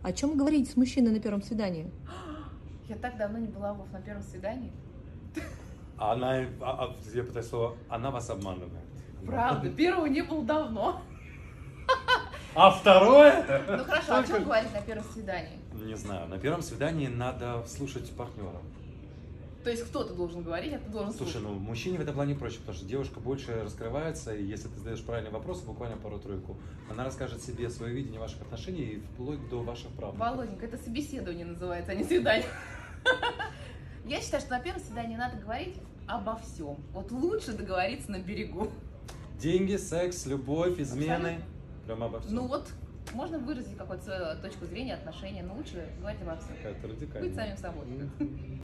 О чем говорить с мужчиной на первом свидании? Я так давно не была, Вов, на первом свидании. Я пытаюсь слово, она вас обманывает. Правда, первого не было давно. А второе? Ну хорошо, о чем говорить на первом свидании? Не знаю, на первом свидании надо слушать партнера. То есть кто-то должен говорить, а ты должен Слушай, слушать. ну мужчине в этом плане проще, потому что девушка больше раскрывается, и если ты задаешь правильные вопросы, буквально пару-тройку, она расскажет себе свое видение ваших отношений и вплоть до ваших прав. Володенька, это собеседование называется, а не свидание. Я считаю, что на первом свидании надо говорить обо всем. Вот лучше договориться на берегу. Деньги, секс, любовь, измены. Абсолютно. Прям обо всем. Ну вот, можно выразить какую-то свою точку зрения, отношения, но лучше говорить обо всем. Какая-то радикальная. Быть самим собой.